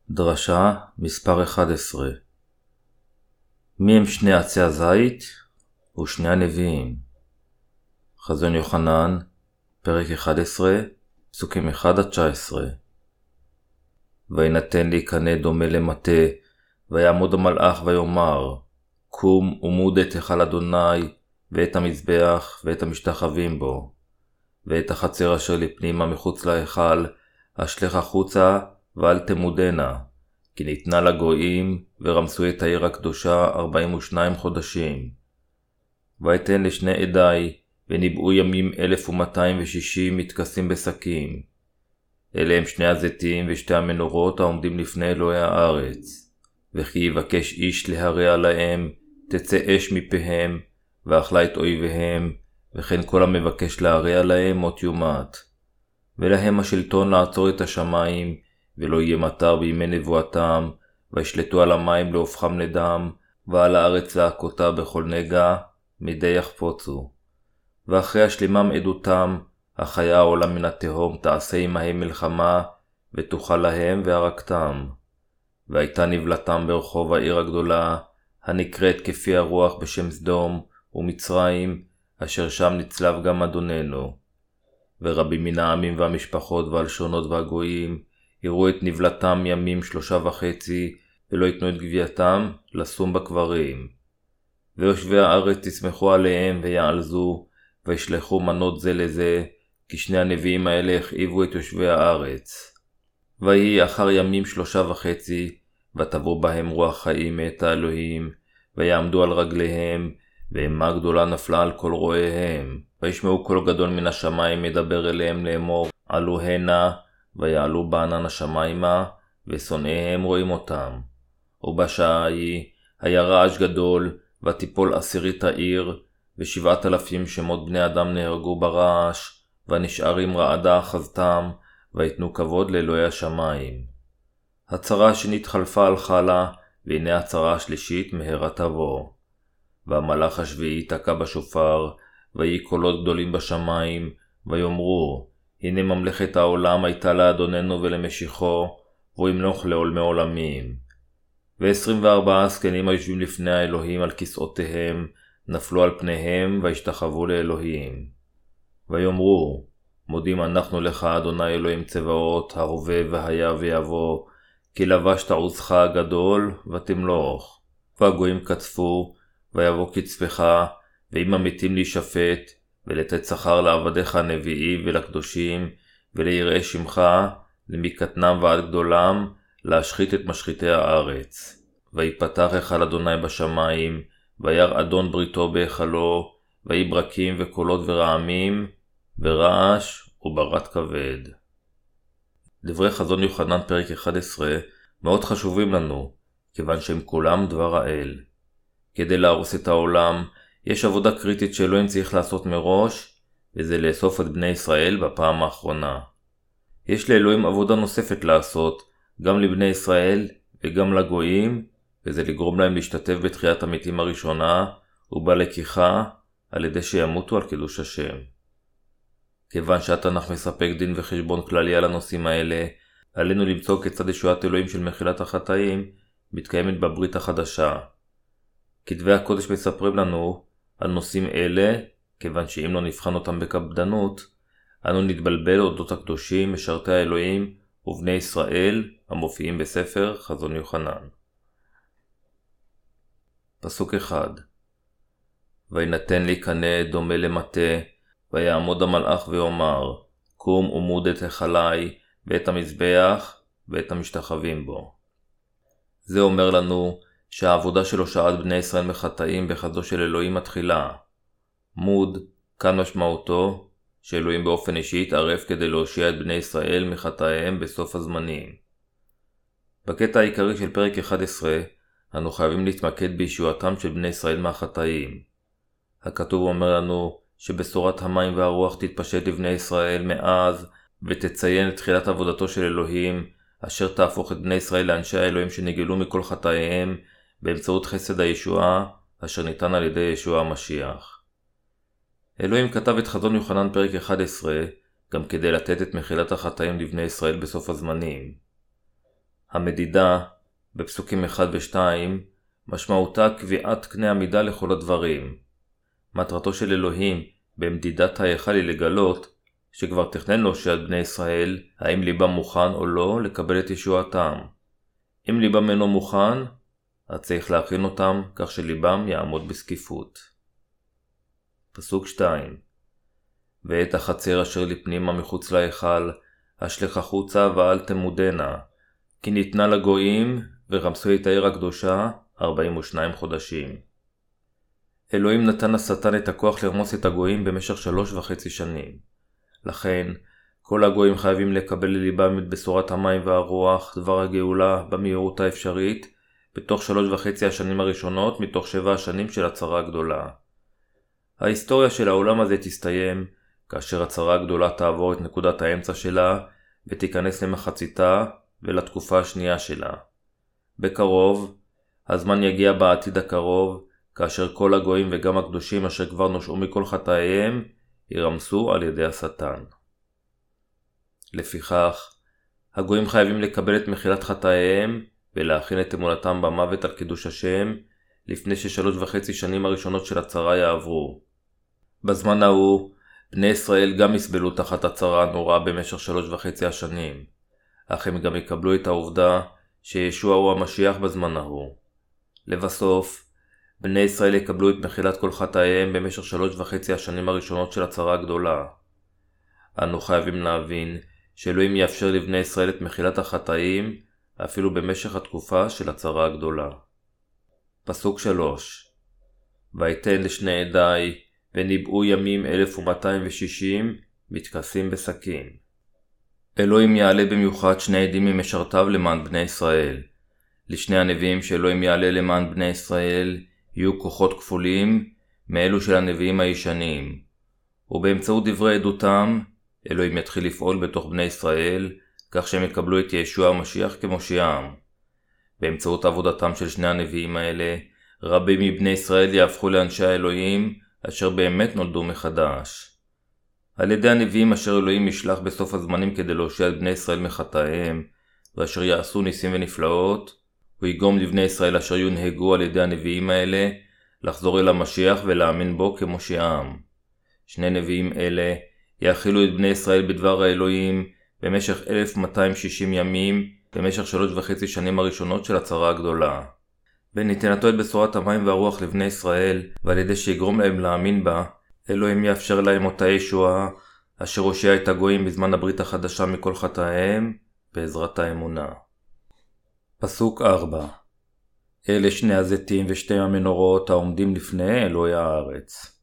דרשה מספר 11. מי הם שני עצי הזית ושני הנביאים? חזון יוחנן, פרק 11, פסוקים 1-19. וינתן לי קנה דומה למטה, ויעמוד המלאך ויאמר, קום ומוד את היכל אדוני, ואת המזבח, ואת המשתחווים בו, ואת החצר אשר לפנימה מחוץ להיכל, אשלח החוצה, ואל תמודנה, כי ניתנה לגויים, ורמסו את העיר הקדושה 42 חודשים. ויתן לשני עדיי, וניבאו ימים 1260 מתכסים בשקים. אלה הם שני הזיתים ושתי המנורות העומדים לפני אלוהי הארץ. וכי יבקש איש להרע להם, תצא אש מפיהם, ואכלה את אויביהם, וכן כל המבקש להרע להם מות יומת. ולהם השלטון לעצור את השמיים, ולא יהיה מטר בימי נבואתם, וישלטו על המים להופכם לדם, ועל הארץ להכותה בכל נגע, מדי יחפוצו. ואחרי השלימם עדותם, החיה העולה מן התהום תעשה עמהם מלחמה, ותוכל להם והרגתם. והייתה נבלתם ברחוב העיר הגדולה, הנקראת כפי הרוח בשם סדום ומצרים, אשר שם נצלב גם אדוננו. ורבים מן העמים והמשפחות והלשונות והגויים, יראו את נבלתם ימים 3.5, ולא יתנו את גבייתם לשום בקברים. ויושבי הארץ תסמכו עליהם ויעלזו, וישלחו מנות זה לזה, כי שני הנביאים האלה הכאיבו את יושבי הארץ. ויהי אחר ימים 3.5, ותבוא בהם רוח חיים מאת האלוהים, ויעמדו על רגליהם, ואימה גדולה נפלה על כל רואיהם. וישמעו קול גדול מן השמיים מדבר אליהם לאמור, עלו הנה, ויעלו בענן השמיימה, ושונאיהם רואים אותם. ובשעה ההיא היה רעש גדול, ותיפול 10 העיר, ו7,000 שמות בני אדם נהרגו ברעש, והנשארים רעדה אחזתם, ויתנו כבוד לאלוהי השמיים. הצרה השנית חלפה הלכה לה, והנה הצרה השלישית מהרה תבוא. והמלאך השביעי תקע בשופר, ויהי קולות גדולים בשמיים, ויאמרו, הנה ממלכת העולם הייתה לאדוננו ולמשיחו, והוא ימלוך לעולמי עולמים. ו24 זקנים היושבים לפני האלוהים על כיסאותיהם, נפלו על פניהם וישתחוו לאלוהים. ויאמרו, מודים אנחנו לך אדוני אלוהים צבאות, ההווה והיה ויבוא, כי לבשת עוזך הגדול ותמלוך. והגויים קצפו, ויבוא קצפך, ועם המתים להישפט, ולתת שכר לעבדיך הנביאים ולקדושים, וליראי שמך, למקטנם ועד גדולם, להשחית את משחיתי הארץ. ויפתח היכל אדוני בשמיים, וירא אדון בריתו בהיכלו, ויהי ברקים וקולות ורעמים, ורעש וברד כבד. דברי חזון יוחנן פרק 11 מאוד חשובים לנו, כיוון שהם כולם דבר האל. כדי להרוס את העולם, יש עבודה קריטית שאלוהים צריך לעשות מראש, וזה לאסוף את בני ישראל בפעם האחרונה. יש לאלוהים עבודה נוספת לעשות, גם לבני ישראל וגם לגויים, וזה לגרום להם להשתתף בתחיית המתים הראשונה, ובלקיחה על ידי שימותו על קידוש השם. כיוון שהתנ"ך מספק דין וחשבון כללי על הנושאים האלה, עלינו למצוא כיצד ישועת אלוהים של מחילת החטאים מתקיימת בברית החדשה. כתבי הקודש מספרים לנו על נושאים אלה, כיוון שאם לא נבחן אותם בקפדנות, אנו נתבלבל אודות הקדושים, משרתי האלוהים ובני ישראל המופיעים בספר חזון יוחנן. פסוק 1. וינתן לי קנה דומה למטה, ויעמוד המלאך ויאמר, קום ומוד את היכלי, ואת המזבח, ואת המשתחווים בו. זה אומר לנו שהעבודה של הושעת בני ישראל מחטאים בחסדו של אלוהים מתחילה. מוד, כאן משמעותו, שאלוהים באופן אישי יתערב כדי להושיע את בני ישראל מחטאיהם בסוף הזמנים. בקטע העיקרי של פרק 11, אנו חייבים להתמקד בישועתם של בני ישראל מהחטאים. הכתוב אומר לנו שבשורת המים והרוח תתפשט לבני ישראל מאז, ותציין את תחילת עבודתו של אלוהים, אשר תהפוך את בני ישראל לאנשי האלוהים שנגאלו מכל חטאיהם, באמצעות חסד הישועה, אשר ניתן על ידי ישוע המשיח. אלוהים כתב את חזון יוחנן פרק 11, גם כדי לתת את מחילת החטאים לבני ישראל בסוף הזמנים. המדידה, בפסוקים 1 ו-2, משמעותה קביעת קנה המידה לכל הדברים. מטרתו של אלוהים במדידת ההיכל היא לגלות שכבר תכנן להושיע את בני ישראל, האם ליבם מוכן או לא לקבל את ישועתם. אם ליבם אינו מוכן, אז צריך להכין אותם כך שליבם יעמוד בסקיפות. פסוק 2. ואת החצר אשר לפנימה מחוץ להיכל, אשלח החוצה ואל תמודנה, כי ניתנה לגויים ורמסו את העיר הקדושה 42 חודשים. אלוהים נתן לשטן את הכוח לרמוס את הגויים במשך 3.5 שנים. לכן, כל הגויים חייבים לקבל לליבם את בשורת המים והרוח, דבר הגאולה, במהירות האפשרית, בתוך 3.5 השנים הראשונות מתוך 7 השנים של הצרה הגדולה. ההיסטוריה של העולם הזה תסתיים כאשר הצרה הגדולה תעבור את נקודת האמצע שלה ותיכנס למחציתה ולתקופה השנייה שלה. בקרוב, הזמן יגיע בעתיד הקרוב, כאשר כל הגויים וגם הקדושים אשר כבר נושעו מכל חטאיהם ירמסו על ידי השטן. לפיכך, הגויים חייבים לקבל את מחילת חטאיהם ולהכין את אמונתם במוות על קידוש השם לפני ש3.5 שנים הראשונות של הצרה יעברו. בזמן ההוא, בני ישראל גם יסבלו תחת הצרה הנוראה במשך 3.5 השנים, אך הם גם יקבלו את העובדה שישוע הוא המשיח בזמן ההוא. לבסוף, בני ישראל יקבלו את מחילת כל חטאיהם במשך 3.5 השנים הראשונות של הצרה הגדולה. אנו חייבים להבין שאלוהים יאפשר לבני ישראל את מחילת החטאים אפילו במשך התקופה של הצרה הגדולה. פסוק 3. ויתן לשני עדיי וניבאו ימים 1260 מתכסים בסכין. אלוהים יעלה במיוחד 2 עדים ממשרתיו למען בני ישראל. לשני הנביאים שאלוהים יעלה למען בני ישראל יהיו כוחות כפולים מאלו של הנביאים הישנים, ובאמצעות דברי עדותם אלוהים יתחיל לפעול בתוך בני ישראל כך שהם יקבלו את ישוע המשיח כמושיעם. באמצעות עבודתם של שני הנביאים האלה, רבים מבני ישראל יהפכו לאנשי האלוהים אשר באמת נולדו מחדש. על ידי הנביאים אשר אלוהים ישלח בסוף הזמנים כדי להושיע את בני ישראל מחטאיהם, ואשר יעשו ניסים ונפלאות, הוא יגרום לבני ישראל אשר יונהגו על ידי הנביאים האלה לחזור אל המשיח ולהאמין בו כמושיעם. שני נביאים אלה יאכילו את בני ישראל בדבר האלוהים במשך 1260 ימים במשך 3.5 שנים הראשונות של הצרה הגדולה. בנתינתו את בשורת המים והרוח לבני ישראל, ועל ידי שיגרום להם להאמין בה, אלוהים יאפשר להם אותה ישועה אשר הושיע את הגויים בזמן הברית החדשה מכל חטאיהם בעזרת האמונה. פסוק 4. אלה שני הזיתים ושתי המנורות העומדים לפני אלוהי הארץ.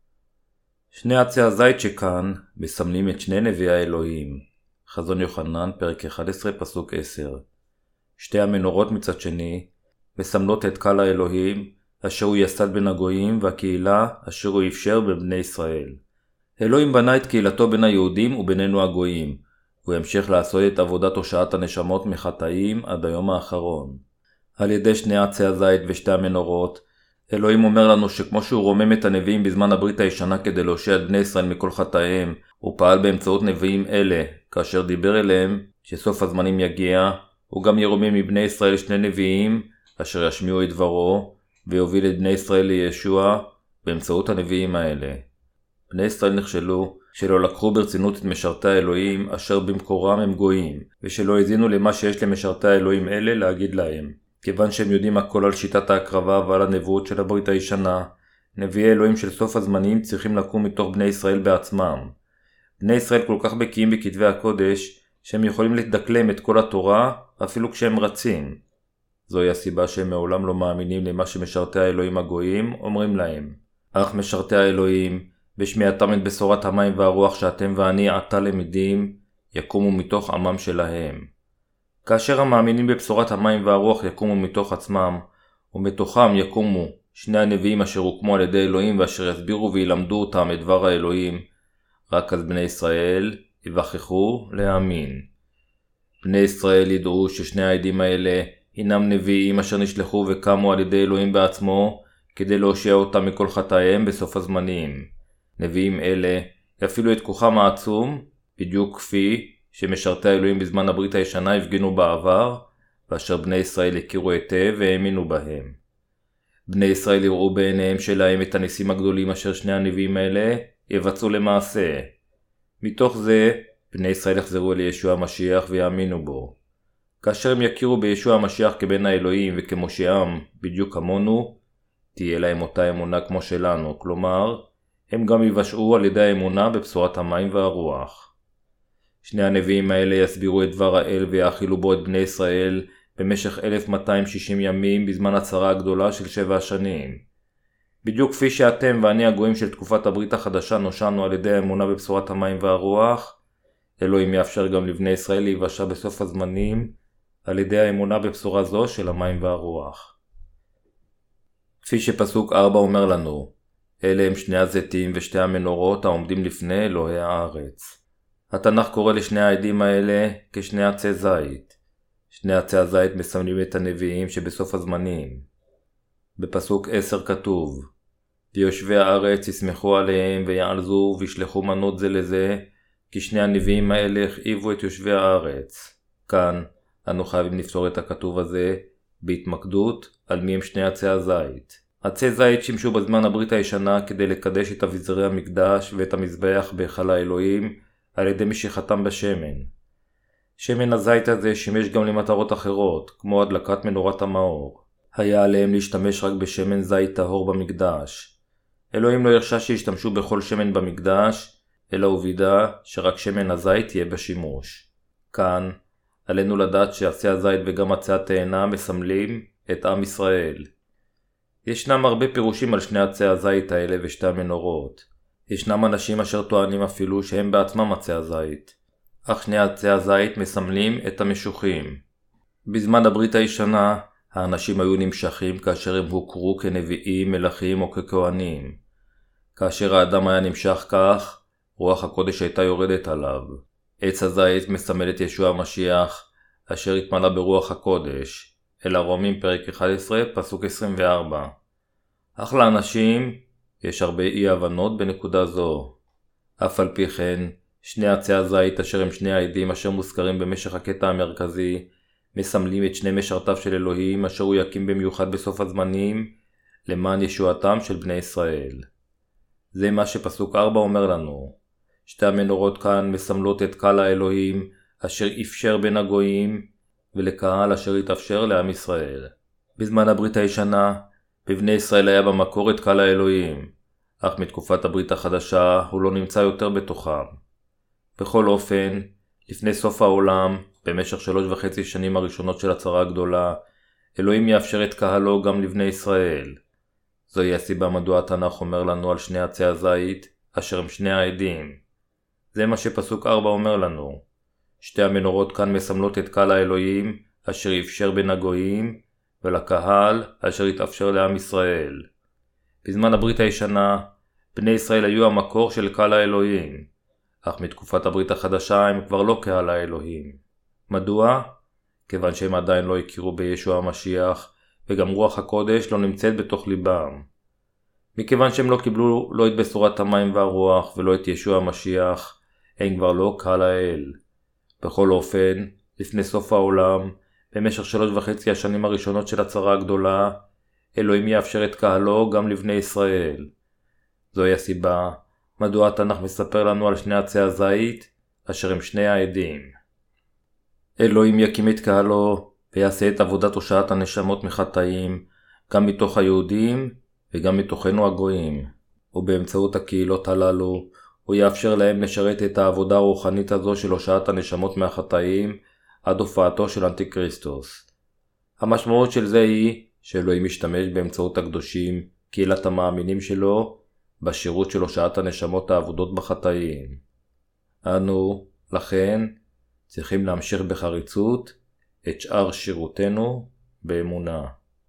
שני עצי הזית שכאן מסמלים את שני נביאי האלוהים. חזון יוחנן פרק 11 פסוק 10. שתי המנורות מצד שני מסמלות את קהל האלוהים אשר הוא יסד בין הגויים והקהילה אשר הוא אפשר בבני ישראל. אלוהים בנה את קהילתו בין היהודים ובינינו הגויים. הוא ימשיך לעשות את עבודת הושעת הנשמות מחטאים עד היום האחרון. על ידי שני עצי הזית ושתי המנורות, אלוהים אומר לנו שכמו שהוא רומם את הנביאים בזמן הברית הישנה כדי להושיע את בני ישראל מכל חטאיהם, הוא פעל באמצעות נביאים אלה, כאשר דיבר אליהם שסוף הזמנים יגיע, הוא גם ירומם מבני ישראל שני נביאים, אשר ישמיעו את דברו, ויוביל את בני ישראל לישוע באמצעות הנביאים האלה. בני ישראל נכשלו שלא לקחו ברצינות את משרתי האלוהים אשר במקורם הם גויים, ושלא הזינו למה שיש למשרתי האלוהים אלה להגיד להם. כיוון שהם יודעים הכל על שיטת ההקרבה ועל הנבואות של הברית הישנה, נביאי אלוהים של סוף הזמנים צריכים לקום מתוך בני ישראל בעצמם. בני ישראל כל כך בקיאים בכתבי הקודש, שהם יכולים לדקלם את כל התורה אפילו כשהם רצים. זוהי הסיבה שהם מעולם לא מאמינים למה שמשרתי האלוהים הגויים אומרים להם. אך משרתי האלוהים, בשמיעתם את בשורת המים והרוח שאתם ואני עתה למדים, יקומו מתוך עמם שלהם. כאשר המאמינים בבשורת המים והרוח יקומו מתוך עצמם, ומתוכם יקומו שני הנביאים אשר הוקמו על ידי אלוהים ואשר יסבירו וילמדו אותם את דבר האלוהים, רק אז בני ישראל יבחחו להאמין. בני ישראל ידעו ששני העדים האלה הינם נביאים אשר נשלחו וקמו על ידי אלוהים בעצמו כדי להושיע אותם מכל חטאיהם בסוף הזמנים. נביאים אלה יפעילו את כוחם העצום בדיוק כפי שמשרתי האלוהים בזמן הברית הישנה הפגינו בעבר, ואשר בני ישראל הכירו היטב והאמינו בהם. בני ישראל יראו בעיניהם שלהם את הניסים הגדולים אשר שני הנביאים האלה יבצעו למעשה. מתוך זה, בני ישראל יחזרו אל ישוע המשיח ויאמינו בו. כאשר הם יכירו בישוע המשיח כבן האלוהים וכמושיעם בדיוק כמונו, תהיה להם אותה אמונה כמו שלנו, כלומר, הם גם יבשעו על ידי האמונה בבשורת המים והרוח. שני הנביאים האלה יסבירו את דבר האל ויאכילו בו את בני ישראל במשך 1260 ימים בזמן הצרה הגדולה של 7 שנים. בדיוק כפי שאתם ואני הגויים של תקופת הברית החדשה נושענו על ידי האמונה בבשורת המים והרוח, אלוהים יאפשר גם לבני ישראל להיוושע בסוף הזמנים על ידי האמונה בבשורה זו של המים והרוח. כפי שפסוק 4 אומר לנו, אלה הם שני הזיתים ושתי המנורות העומדים לפני אלוהי הארץ. התנ"ך קורא לשני העדים האלה כשני עצי זית. שני עצי הזית מסמלים את הנביאים שבסוף הזמנים. בפסוק 10 כתוב, ויושבי הארץ ישמחו עליהם ויעלזו וישלחו מנות זה לזה, כי שני הנביאים האלה הכאיבו את יושבי הארץ. כאן אנו חייבים לפתור את הכתוב הזה בהתמקדות על מי הם שני עצי הזית. עצי זית שימשו בזמן הברית הישנה כדי לקדש את אביזרי המקדש ואת המזבח בהיכל האלוהים על ידי משיכתם בשמן. שמן הזית הזה שימש גם למטרות אחרות, כמו הדלקת מנורת המאור. היה עליהם להשתמש רק בשמן זית טהור במקדש. אלוהים לא הרשה שישתמשו בכל שמן במקדש, אלא הוא וידא שרק שמן הזית יהיה בשימוש. כאן עלינו לדעת שעצי הזית וגם עצי התאנה מסמלים את עם ישראל. ישנם הרבה פירושים על שני עצי הזית האלה ושתי המנורות. ישנם אנשים אשר טוענים אפילו שהם בעצמם עצי הזית. אך שני עצי הזית מסמלים את המשוחים. בזמן הברית הישנה, האנשים היו נמשכים כאשר הם הוכרו כנביאים, מלכים או ככהנים. כאשר האדם היה נמשך כך, רוח הקודש הייתה יורדת עליו. עץ הזית מסמל את ישוע המשיח, אשר התמלא ברוח הקודש. אל הרומים פרק 11 פסוק 24. אך לאנשים יש הרבה אי הבנות בנקודה זו. אף על פי כן, שני עצי הזית אשר הם שני העדים אשר מוזכרים במשך הקטע המרכזי, מסמלים את שני משרתיו של אלוהים אשר הוא יקים במיוחד בסוף הזמנים למען ישועתם של בני ישראל. זה מה שפסוק 4 אומר לנו. שתי המנורות כאן מסמלות את קהל האלוהים אשר אפשר בין הגויים ולקהל אשר התאפשר לעם ישראל. בזמן הברית הישנה, בבני ישראל היה במקור את קהל האלוהים, אך מתקופת הברית החדשה הוא לא נמצא יותר בתוכם. בכל אופן, לפני סוף העולם, במשך 3.5 שנים הראשונות של הצרה הגדולה, אלוהים יאפשר את קהלו גם לבני ישראל. זוהי הסיבה מדוע התנ"ך אומר לנו על שני עצי הזית, אשר הם שני העדים. זה מה שפסוק 4 אומר לנו. שתי המנורות כאן מסמלות את קהל האלוהים, אשר יאפשר בין הגויים, ולקהל אשר יתאפשר לעם ישראל. בזמן הברית הישנה, בני ישראל היו המקור של קהל האלוהים, אך מתקופת הברית החדשה הם כבר לא קהל האלוהים. מדוע? כיוון שהם עדיין לא הכירו בישוע המשיח, וגם רוח הקודש לא נמצאת בתוך ליבם. מכיוון שהם לא קיבלו לא את בשורת המים והרוח ולא את ישוע המשיח, הם כבר לא קהל האל. בכל אופן, לפני סוף העולם, במשך 3.5 השנים הראשונות של הצרה הגדולה, אלוהים יאפשר את קהלו גם לבני ישראל. זוהי הסיבה מדוע התנ"ך מספר לנו על שני עצי הזית, אשר הם שני העדים. אלוהים יקים את קהלו ויעשה את עבודת הושעת הנשמות מחטאים, גם מתוך היהודים וגם מתוכנו הגויים. ובאמצעות הקהילות הללו, הוא יאפשר להם לשרת את העבודה הרוחנית הזו של הושעת הנשמות מהחטאים, עד הופעתו של אנטיקריסטוס. המשמעות של זה היא שאלוהים משתמש באמצעות הקדושים, קהילת המאמינים שלו, בשירות של הושעת הנשמות העבודות בחטאים. אנו, לכן, צריכים להמשיך בחריצות את שאר שירותנו באמונה.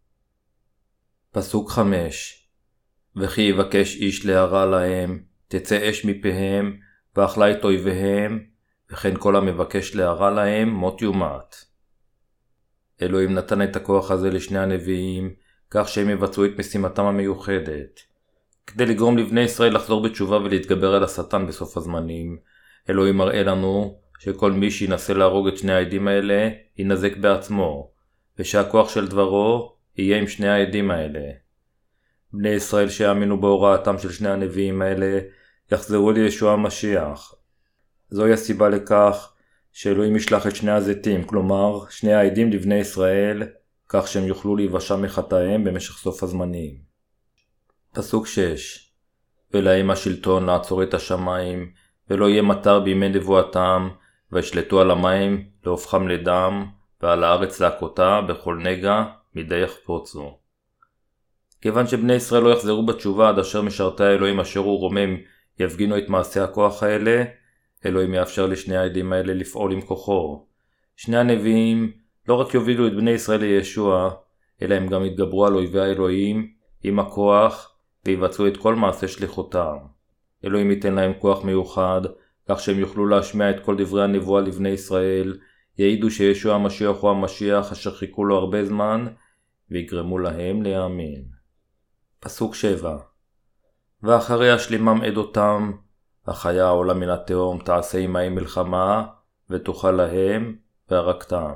פסוק 5 וכי יבקש איש להרע להם, תצא אש מפיהם, ואכלה את אויביהם, וכן כל המבקש להרע להם מות יומת. אלוהים נתן את הכוח הזה לשני הנביאים, כך שהם יבצעו את משימתם המיוחדת. כדי לגרום לבני ישראל לחזור בתשובה ולהתגבר על השטן בסוף הזמנים, אלוהים מראה לנו שכל מי שינסה להרוג את שני העדים האלה, ינזק בעצמו, ושהכוח של דברו יהיה עם שני העדים האלה. בני ישראל שיאמינו בהוראתם של שני הנביאים האלה יחזרו לישוע המשיח. זוהי הסיבה לכך שאלוהים ישלח את שני הזיתים, כלומר שני העדים לבני ישראל, כך שהם יוכלו להיוושע מחטאיהם במשך סוף הזמנים. פסוק 6. ולהם השלטון לעצור את השמיים, ולא יהיה מטר בימי נבואתם, וישלטו על המים להופכם לדם, ועל הארץ להכותה בכל נגע מדי יחפוצו. כיוון שבני ישראל לא יחזרו בתשובה עד אשר משרתי האלוהים אשר הוא רומם יפגינו את מעשי הכוח האלה, אלוהים יאפשר לשני העדים האלה לפעול עם כוחו. שני הנביאים לא רק יובילו את בני ישראל לישוע, אלא הם גם יתגברו על אויבי האלוהים עם הכוח ויבצעו את כל מעשי שליחותם. אלוהים ייתן להם כוח מיוחד, כך שהם יוכלו להשמיע את כל דברי הנבואה לבני ישראל, יעידו שישוע המשיח הוא המשיח אשר חיכו לו הרבה זמן, ויגרמו להם להאמין. פסוק 7. ואחרי השלימם עדותם, החיה העולה מן התהום תעשה עמהם מלחמה, ותוכל להם והרגתם.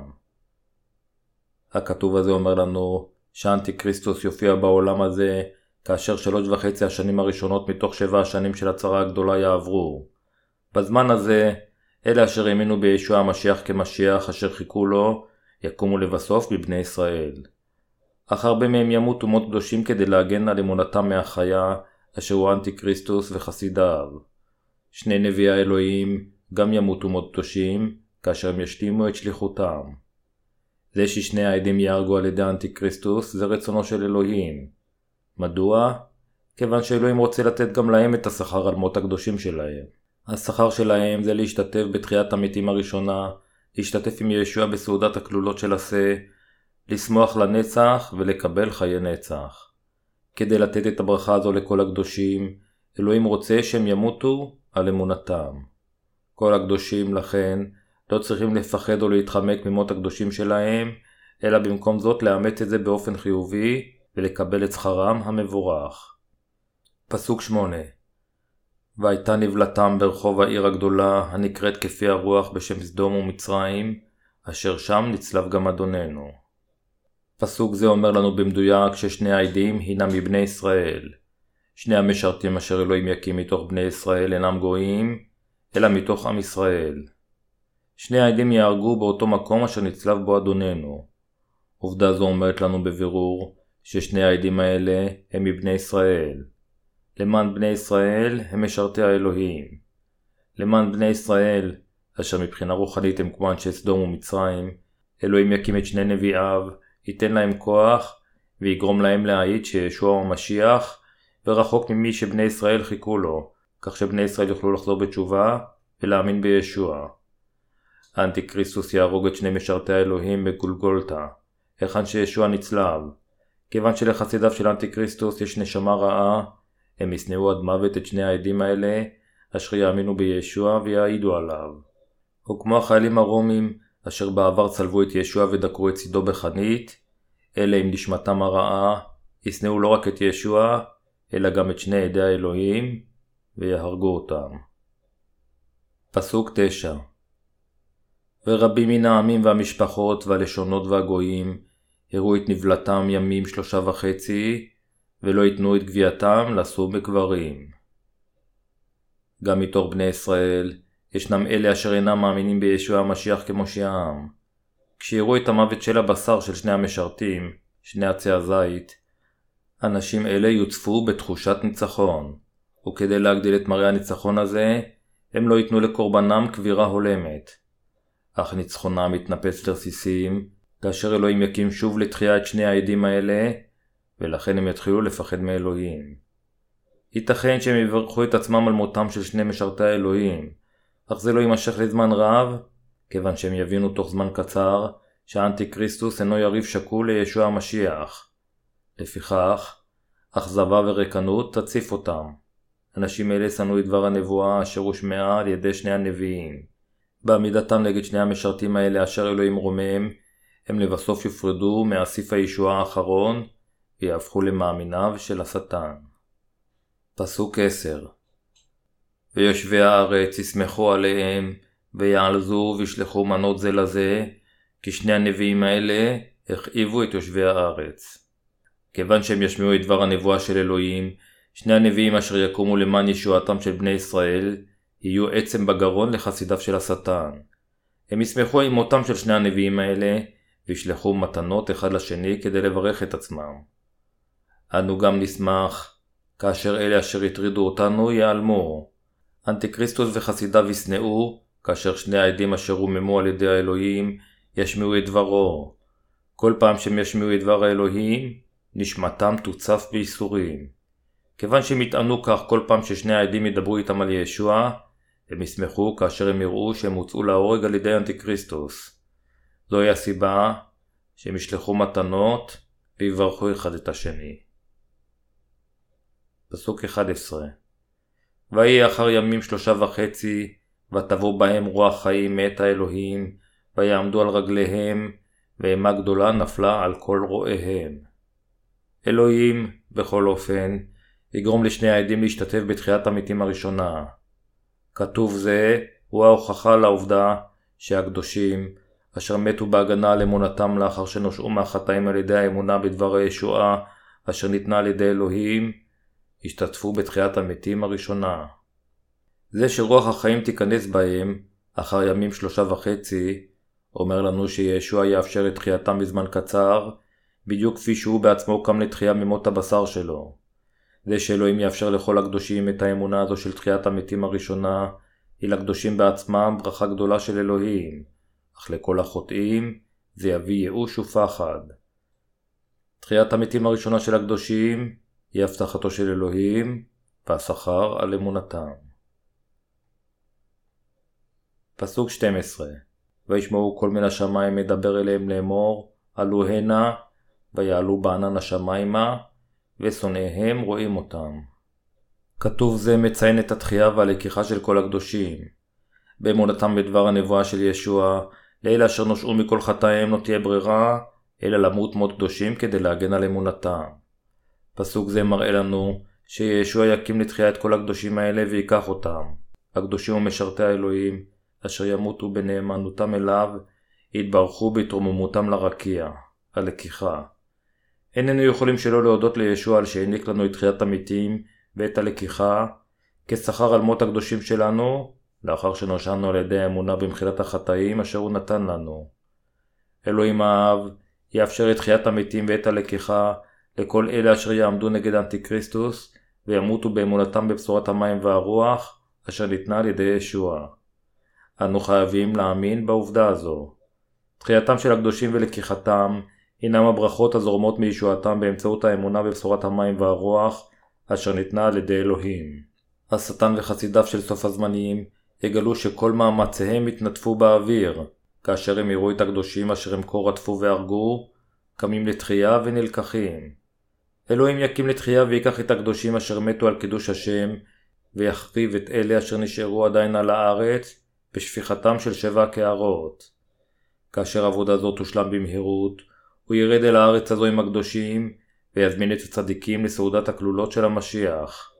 הכתוב הזה אומר לנו שהאנטיקריסטוס יופיע בעולם הזה, כאשר 3.5 השנים הראשונות מתוך 7 השנים של הצרה הגדולה יעברו. בזמן הזה, אלה אשר האמינו בישוע המשיח כמשיח אשר חיכו לו, יקומו לבסוף בבני ישראל. אך הרבה מהם ימותו מות קדושים כדי להגן על אמונתם מהחיה, אשר הוא אנטיקריסטוס וחסידיו. שני נביאי האלוהים גם ימותו מות קדושים, כאשר הם ישלימו את שליחותם. זה ששני העדים יהרגו על ידי האנטיקריסטוס זה רצונו של אלוהים. מדוע? כיוון שאלוהים רוצה לתת גם להם את השכר על מות הקדושים שלהם. השכר שלהם זה להשתתף בתחיית המתים הראשונה, להשתתף עם ישוע בסעודת הכלולות של עשה, לשמוח לנצח ולקבל חיי נצח. כדי לתת את הברכה הזו לכל הקדושים, אלוהים רוצה שהם ימותו על אמונתם. כל הקדושים לכן לא צריכים לפחד או להתחמק ממות הקדושים שלהם, אלא במקום זאת לאמץ את זה באופן חיובי ולקבל את שכרם המבורך. פסוק 8. והייתה נבלתם ברחוב העיר הגדולה הנקראת כפי הרוח בשם סדום ומצרים, אשר שם נצלב גם אדוננו. פסוק זה אומר לנו במדויק ששני העדים הינם מבני ישראל. שני המשרתים אשר אלוהים יקים מתוך בני ישראל אינם גויים, אלא מתוך עם ישראל. שני העדים יהרגו באותו מקום אשר נצלב בו אדוננו. עובדה זו אומרת לנו בבירור ששני העדים האלה הם מבני ישראל. למען בני ישראל הם משרתי האלוהים. למען בני ישראל, אשר מבחינה רוחנית הם כמו אנשי סדום ומצרים, אלוהים יקים את שני נביאיו, ייתן להם כוח ויגרום להם להעיד שישוע הוא המשיח, ורחוק ממי שבני ישראל חיכו לו, כך שבני ישראל יוכלו לחזור בתשובה ולהאמין בישוע. האנטיקריסטוס יהרוג את שני משרתי האלוהים בגולגולתה, היכן שישוע נצלב. כיוון שלחסידיו של האנטיקריסטוס יש נשמה רעה, הם ישנאו עד מוות את שני העדים האלה, אשר יאמינו בישוע ויעידו עליו. וכמו החיילים הרומים, אשר בעבר צלבו את ישוע ודקרו את צידו בחנית, אלה עם נשמתם הרעה, ישנאו לא רק את ישוע, אלא גם את שני עדי האלוהים, ויהרגו אותם. פסוק 9. ורבים מן העמים והמשפחות והלשונות והגויים, הראו את נבלתם ימים 3.5, ולא ייתנו את גווייתם לסור בקברים. גם מתוך בני ישראל, ישנם אלה אשר אינם מאמינים בישוע המשיח כמושיעם. כשיראו את המוות של הבשר של שני המשרתים, שני עצי הזית, אנשים אלה יוצפו בתחושת ניצחון, וכדי להגדיל את מראה הניצחון הזה, הם לא ייתנו לקורבנם קבירה הולמת. אך ניצחונם יתנפץ לרסיסים, כאשר אלוהים יקים שוב לתחייה את שני העדים האלה, ולכן הם יתחילו לפחד מאלוהים. ייתכן שהם יברכו את עצמם על מותם של שני משרתי האלוהים, אך זה לא יימשך לזמן רב, כיוון שהם יבינו תוך זמן קצר שהאנטיקריסטוס אינו יריב שקול לישוע המשיח. לפיכך, אכזבה ורקנות תציף אותם. אנשים אלה שנאו את דבר הנבואה אשר הושמעה על ידי שני הנביאים. בעמידתם נגד שני המשרתים האלה אשר אלוהים רומם, הם לבסוף יופרדו מאסיף הישועה האחרון, ויהפכו למאמיניו של השטן. פסוק 10. ויושבי הארץ ישמחו עליהם, ויעלזו וישלחו מנות זה לזה, כי שני הנביאים האלה הכאיבו את יושבי הארץ. כיוון שהם ישמיעו את דבר הנבואה של אלוהים, שני הנביאים אשר יקומו למען ישועתם של בני ישראל, יהיו עצם בגרון לחסידיו של השטן. הם ישמחו עם מותם של שני הנביאים האלה, וישלחו מתנות אחד לשני כדי לברך את עצמם. אנו גם נשמח, כאשר אלה אשר יטרידו אותנו ייעלמו. אנטיקריסטוס וחסידיו ישנאו, כאשר שני העדים אשר רוממו על ידי האלוהים ישמיעו את דברו. כל פעם שהם ישמיעו את דבר האלוהים, נשמתם תוצף בייסורים. כיוון שהם יטענו כך כל פעם ששני העדים ידברו איתם על ישוע, הם ישמחו כאשר הם יראו שהם הוצאו להורג על ידי אנטיקריסטוס. זוהי הסיבה שהם ישלחו מתנות ויברכו אחד את השני. פסוק 11. ויהי אחר ימים 3.5, ותבוא בהם רוח חיים מאת האלוהים, ויעמדו על רגליהם, ואימה גדולה נפלה על כל רואיהם. אלוהים, בכל אופן, יגרום לשני העדים להשתתף בתחיית המתים הראשונה. כתוב זה הוא ההוכחה לעובדה שהקדושים, אשר מתו בהגנה על אמונתם לאחר שנושעו מהחטאים על ידי האמונה בדבר הישועה אשר ניתנה על ידי אלוהים, השתתפו בתחיית המתים הראשונה. זה שרוח החיים תיכנס בהם אחר ימים 3.5 אומר לנו שישוע יאפשר את תחייתם בזמן קצר, בדיוק כפי שהוא בעצמו קם לתחייה ממות הבשר שלו. זה שאלוהים יאפשר לכל הקדושים את האמונה הזו של תחיית המתים הראשונה, היא לקדושים בעצמם ברכה גדולה של אלוהים, אך לכל החוטאים זה יביא ייאוש ופחד. תחיית המתים הראשונה של הקדושים היא הבטחתו של אלוהים והשכר על אמונתם. פסוק 12. וישמעו כל מן השמיים מדבר אליהם לאמור, עלו הנה, ויעלו בענן השמיימה, ושונאיהם רואים אותם. כתוב זה מציין את התחייה והלקיחה של כל הקדושים. באמונתם בדבר הנבואה של ישוע, לאלה אשר נושעו מכל חטאיהם לא תהיה ברירה, אלא למות מות קדושים כדי להגן על אמונתם. פסוק זה מראה לנו שישוע יקים לתחייה את כל הקדושים האלה ויקח אותם. הקדושים ומשרתי האלוהים, אשר ימותו בנאמנותם אליו, יתברכו בהתרוממותם לרקיע, הלקיחה. איננו יכולים שלא להודות לישוע על שהעניק לנו את תחיית המתים ואת הלקיחה, כשכר על מות הקדושים שלנו, לאחר שנושענו על ידי האמונה במחילת החטאים אשר הוא נתן לנו. אלוהים האב יאפשר את תחיית המתים ואת הלקיחה לכל אלה אשר יעמדו נגד אנטיקריסטוס וימותו באמונתם בבשורת המים והרוח אשר ניתנה על ידי ישוע. אנו חייבים להאמין בעובדה הזו. תחייתם של הקדושים ולקיחתם הינם הברכות הזורמות מישועתם באמצעות האמונה בבשורת המים והרוח אשר ניתנה על ידי אלוהים. השטן וחסידיו של סוף הזמנים יגלו שכל מאמציהם התנדפו באוויר, כאשר הם יראו את הקדושים אשר הם כה רדפו והרגו, קמים לתחייה ונלקחים. אלוהים יקים לתחייה ויקח את הקדושים אשר מתו על קידוש השם, ויחריב את אלה אשר נשארו עדיין על הארץ, בשפיכתם של 7 קערות. כאשר עבודה זו תושלם במהירות, הוא ירד אל הארץ הזו עם הקדושים, ויזמין את הצדיקים לסעודת הכלולות של המשיח.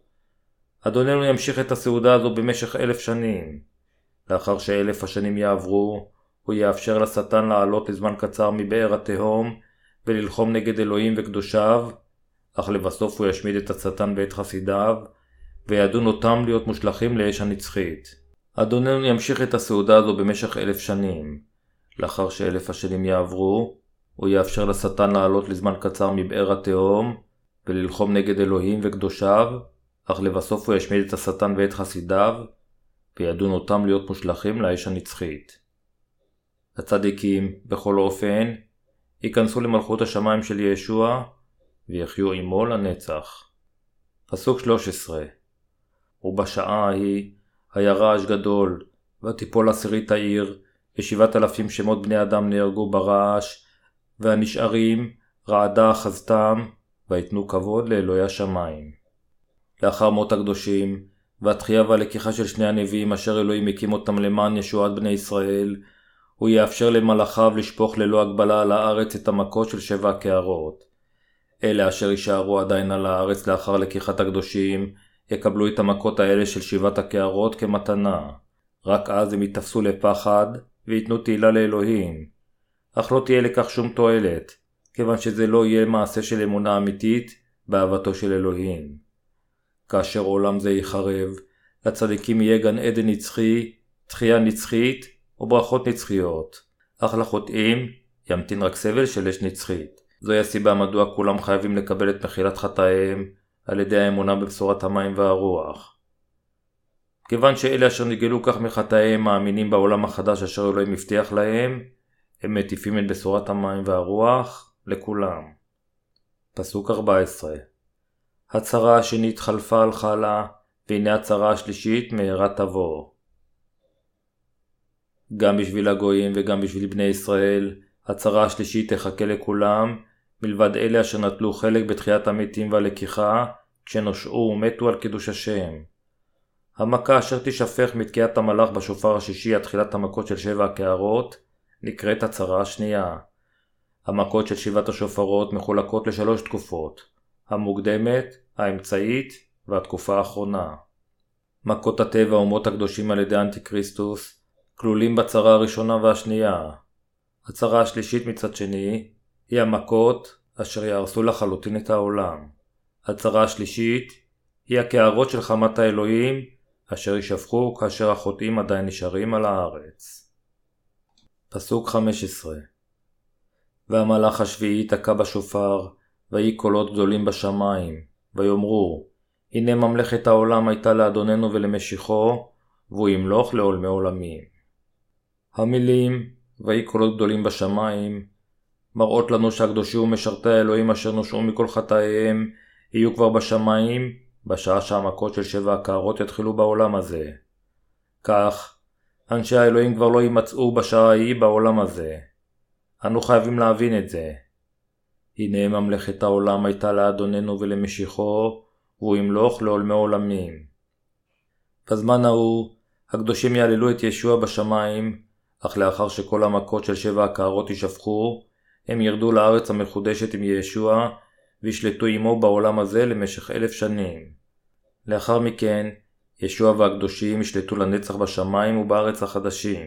אדוננו ימשיך את הסעודה הזו במשך 1000 שנים. לאחר ש1000 השנים יעברו, הוא יאפשר לשטן לעלות לזמן קצר מבאר התהום, וללחום נגד אלוהים וקדושיו, אך לבסוף הוא ישמיד את השטן ואת חסידיו, וידון אותם להיות מושלכים לאש הנצחית. אדוננו ימשיך את הסעודה הזו במשך 1000 שנים. לאחר ש1000 השנים יעברו, הוא יאפשר לשטן לעלות לזמן קצר מבאר התהום, וללחום נגד אלוהים וקדושיו, אך לבסוף הוא ישמיד את השטן ואת חסידיו, וידון אותם להיות מושלכים לאש הנצחית. הצדיקים, בכל אופן, ייכנסו למלכות השמיים של ישוע, ויחיו עמו לנצח. פסוק 13. ובשעה ההיא היה רעש גדול, ותיפול עשירית העיר, ו7,000 שמות בני אדם נהרגו ברעש, והנשארים רעדה אחזתם, ויתנו כבוד לאלוהי השמיים. לאחר מות הקדושים, והתחייה והלקיחה של שני הנביאים אשר אלוהים הקים אותם למען ישועת בני ישראל, הוא יאפשר למלאכיו לשפוך ללא הגבלה על הארץ את המכות של 7 קערות. אלה אשר יישארו עדיין על הארץ לאחר לקיחת הקדושים, יקבלו את המכות האלה של 7 הקערות כמתנה. רק אז הם יתפסו לפחד ויתנו תהילה לאלוהים. אך לא תהיה לכך שום תועלת, כיוון שזה לא יהיה מעשה של אמונה אמיתית באהבתו של אלוהים. כאשר עולם זה ייחרב, לצדיקים יהיה גן עדן נצחי, תחייה נצחית וברכות נצחיות, אך לחוטאים ימתין רק סבל של אש נצחית. זוהי הסיבה מדוע כולם חייבים לקבל את מחילת חטאיהם על ידי האמונה בבשורת המים והרוח. כיוון שאלה אשר נגאלו כך מחטאיהם מאמינים בעולם החדש אשר אלוהים הבטיח להם, הם מטיפים את בשורת המים והרוח לכולם. פסוק 14. הצרה השנית חלפה הלכה לה, והנה הצרה השלישית מהרה תבוא. גם בשביל הגויים וגם בשביל בני ישראל, הצרה השלישית תחכה לכולם, מלבד אלה אשר נטלו חלק בתחיית המתים והלקיחה, כשנושעו ומתו על קידוש השם. המכה אשר תשפך מתקיעת המלאך בשופר השישי עד תחילת המכות של 7 הקערות, נקראת הצרה השנייה. המכות של 7 השופרות מחולקות ל3 תקופות, המוקדמת, האמצעית והתקופה האחרונה. מכות הטבע ומות הקדושים על ידי אנטיקריסטוס כלולים בצרה הראשונה והשנייה. הצרה השלישית מצד שני היא המכות אשר יהרסו לחלוטין את העולם. הצרה השלישית היא הקערות של חמת האלוהים אשר ישפכו כאשר החוטאים עדיין נשארים על הארץ. פסוק 15. והמלאך השביעי תקע בשופר, ויהי קולות גדולים בשמיים, ויאמרו, הנה ממלכת העולם הייתה לאדוננו ולמשיחו, והוא ימלוך לעולמי עולמים. המילים, ויהי קולות גדולים בשמיים, מראות לנו שהקדושים ומשרתי האלוהים אשר נושעו מכל חטאיהם, יהיו כבר בשמיים, בשעה שהמכות של 7 הקערות יתחילו בעולם הזה. כך, אנשי האלוהים כבר לא יימצאו בשעה ההיא בעולם הזה. אנו חייבים להבין את זה. הנה ממלכת העולם הייתה לאדוננו ולמשיחו, והוא ימלוך לעולמי עולמים. בזמן ההוא, הקדושים יעללו את ישוע בשמיים, אך לאחר שכל המכות של 7 הקערות יישפכו, הם ירדו לארץ המחודשת עם ישוע, וישלטו עמו בעולם הזה למשך 1000 שנים. לאחר מכן, ישוע והקדושים ישלטו לנצח בשמיים ובארץ החדשים.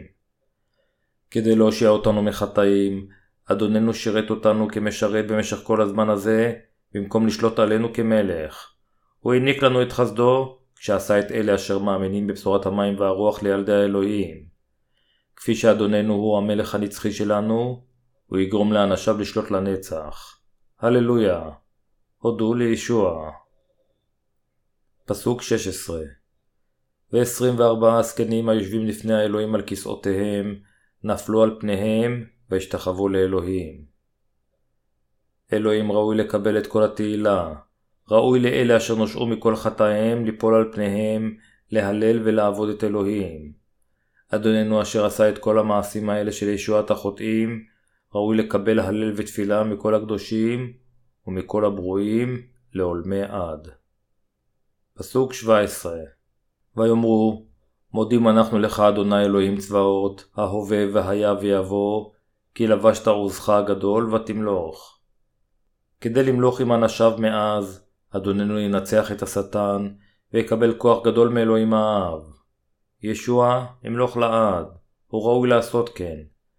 כדי להושיע אותנו מחטאים, אדוננו שירת אותנו כמשרת במשך כל הזמן הזה, במקום לשלוט עלינו כמלך. הוא העניק לנו את חסדו, כשעשה את אלה אשר מאמינים בבשורת המים והרוח לילדי האלוהים. כפי שאדוננו הוא המלך הנצחי שלנו, הוא יגרום לאנשיו לשלוט לנצח. הללויה. הודו לישוע. פסוק 16. ו24 הזקנים היושבים לפני האלוהים על כיסאותיהם, נפלו על פניהם והשתחוו לאלוהים. אלוהים ראוי לקבל את כל התהילה. ראוי לאלה אשר נושעו מכל חטאיהם ליפול על פניהם, להלל ולעבוד את אלוהים. אדוננו אשר עשה את כל המעשים האלה של ישועת החוטאים, ראוי לקבל הלל ותפילה מכל הקדושים ומכל הברואים לעולמי עד. פסוק 17. ויאמרו, מודים אנחנו לך אדוני אלוהים צבאות, ההווה והיה ויבוא, כי לבשת עוזך הגדול ותמלוך. כדי למלוך עם אנשיו מאז, אדוננו ינצח את השטן, ויקבל כוח גדול מאלוהים האב. ישוע ימלוך לעד, הוא ראוי לעשות כן.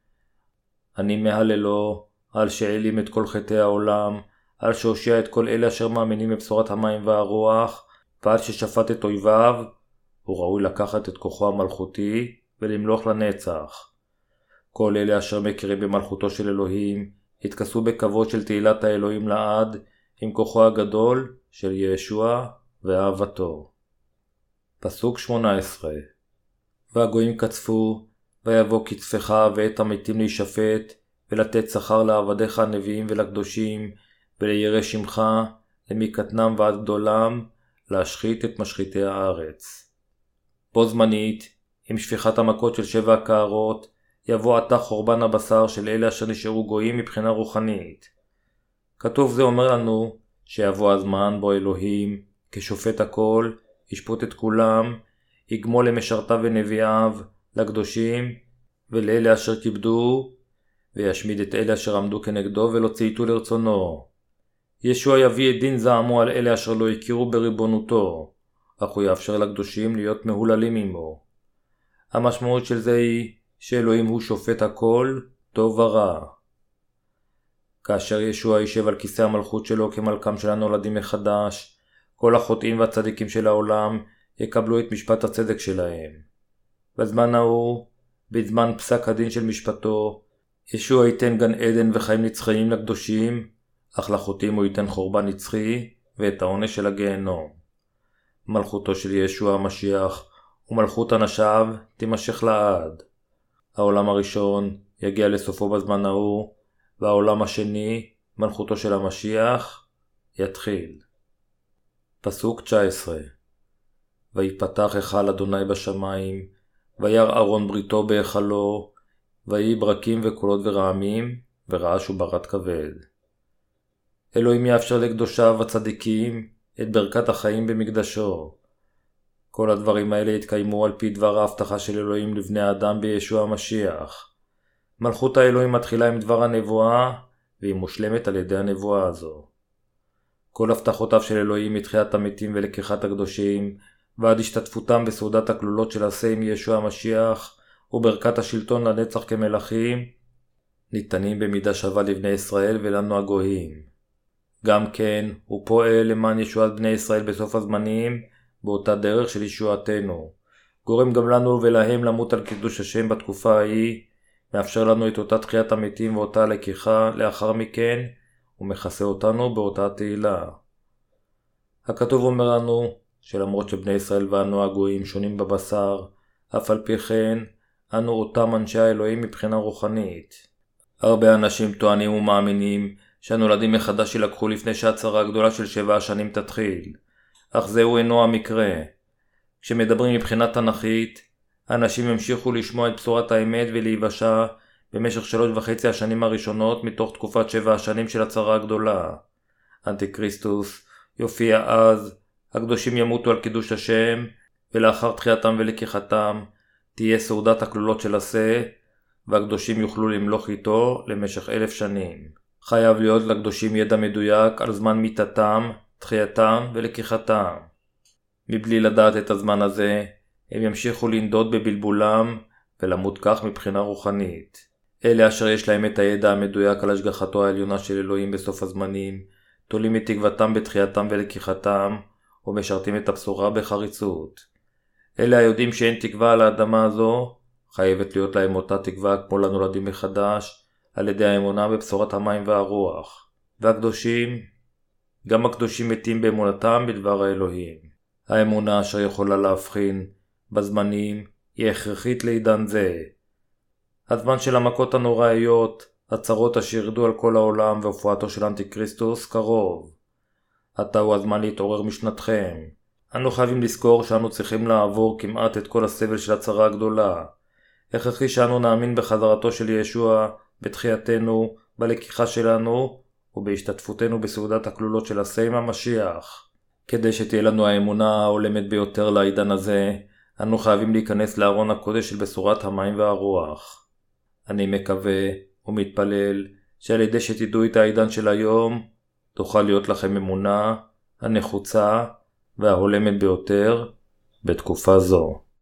אני מהללו, על שהעלים את כל חטאי העולם, על שהושיע את כל אלה אשר מאמינים בבשורת המים והרוח, ועל ששפט את אויביו, הוא ראוי לקחת את כוחו המלכותי ולמלוך לנצח. כל אלה אשר מכירים במלכותו של אלוהים, התכסו בכבוד של תהילת האלוהים לעד, עם כוחו הגדול של ישוע ואהבתו. פסוק 18. והגויים קצפו, ויבוא קצפך ואת המתים להישפט, ולתת שכר לעבדיך הנביאים ולקדושים, ולירא שמך, למקטנם ועד גדולם, להשחית את משחיתי הארץ. בו זמנית, עם שפיכת המכות של 7 הקערות, יבוא עתה חורבן הבשר של אלה אשר נשארו גויים מבחינה רוחנית. כתוב זה אומר לנו שיבוא הזמן בו אלוהים, כשופט הכל, ישפוט את כולם, יגמול למשרתיו ונביאיו, לקדושים ולאלה אשר כיבדו, וישמיד את אלה אשר עמדו כנגדו ולא צייתו לרצונו. ישוע יביא את דין זעמו על אלה אשר לא הכירו בריבונותו, אך הוא יאפשר לקדושים להיות מהוללים עמו. המשמעות של זה היא שאלוהים הוא שופט הכל, טוב ורע. כאשר ישוע יישב על כיסא המלכות שלו כמלכם של הנולדים מחדש, כל החוטאים והצדיקים של העולם יקבלו את משפט הצדק שלהם. בזמן ההוא, בזמן פסק הדין של משפטו, ישוע ייתן גן עדן וחיים נצחיים לקדושים, אך לחוטאים הוא ייתן חורבן נצחי ואת העונש של הגיהנום. מלכותו של ישוע המשיח ומלכות אנשיו תימשך לעד. העולם הראשון יגיע לסופו בזמן ההוא, והעולם השני, מלכותו של המשיח, יתחיל. פסוק 19. ויפתח היכל אדוני בשמיים, וירא ארון בריתו בהיכלו, ויהי ברקים וקולות ורעמים, ורעש וברד כבד. אלוהים יאפשר לקדושיו הצדיקים את ברכת החיים במקדשו. כל הדברים האלה יתקיימו על פי דבר ההבטחה של אלוהים לבני האדם בישוע המשיח. מלכות האלוהים מתחילה עם דבר הנבואה, והיא מושלמת על ידי הנבואה הזו. כל הבטחותיו של אלוהים מתחיית המתים ולקיחת הקדושים, ועד השתתפותם בסעודת הכלולות של עשה עם ישוע המשיח, וברכת השלטון לנצח כמלכים, ניתנים במידה שווה לבני ישראל ולנו הגויים. גם כן, הוא פועל למען ישועת בני ישראל בסוף הזמנים, באותה דרך של ישועתנו. גורם גם לנו ולהם למות על קידוש השם בתקופה ההיא, מאפשר לנו את אותה תחיית המתים ואותה לקיחה לאחר מכן, ומכסה אותנו באותה תהילה. הכתוב אומר לנו, שלמרות שבני ישראל ואנו הגויים שונים בבשר, אף על פי כן, אנו אותם אנשי האלוהים מבחינה רוחנית. הרבה אנשים טוענים ומאמינים שהנולדים מחדש ילקחו לפני שהצרה הגדולה של 7 השנים תתחיל. אך זהו אינו המקרה. כשמדברים מבחינה תנכית, האנשים ימשיכו לשמוע את בשורת האמת ולהיוושע במשך 3.5 השנים הראשונות מתוך תקופת 7 השנים של הצרה הגדולה. אנטיקריסטוס יופיע אז, הקדושים ימותו על קידוש השם, ולאחר תחייתם ולקיחתם תהיה סעודת הכלולות של עשה, והקדושים יוכלו למלוך איתו למשך 1000 שנים. חייב להיות לקדושים ידע מדויק על זמן מיתתם, תחייתם ולקיחתם. מבלי לדעת את הזמן הזה, הם ימשיכו לנדוד בבלבולם ולמות כך מבחינה רוחנית. אלה אשר יש להם את הידע המדויק על השגחתו העליונה של אלוהים בסוף הזמנים, תולים את תקוותם בתחייתם ולקיחתם, ומשרתים את הבשורה בחריצות. אלה היודעים שאין תקווה על האדמה הזו, חייבת להיות להם אותה תקווה כמו לנולדים מחדש, על ידי האמונה בבשורת המים והרוח. והקדושים, גם הקדושים מתים באמונתם בדבר האלוהים. האמונה אשר יכולה להבחין בזמנים היא הכרחית לעידן זה. הזמן של המכות הנוראיות, הצרות אשר ירדו על כל העולם והופעתו של אנטיקריסטוס קרוב. עתה הוא הזמן להתעורר משנתכם. אנו חייבים לזכור שאנו צריכים לעבור כמעט את כל הסבל של הצרה הגדולה. הכרחי שאנו נאמין בחזרתו של ישוע, בתחייתנו, בלקיחה שלנו, ובהשתתפותנו בסעודת הכלולות של עשה עם המשיח. כדי שתהיה לנו האמונה ההולמת ביותר לעידן הזה, אנו חייבים להיכנס לארון הקודש של בשורת המים והרוח. אני מקווה ומתפלל שעל ידי שתדעו את העידן של היום, תוכל להיות לכם אמונה הנחוצה וההולמת ביותר בתקופה זו.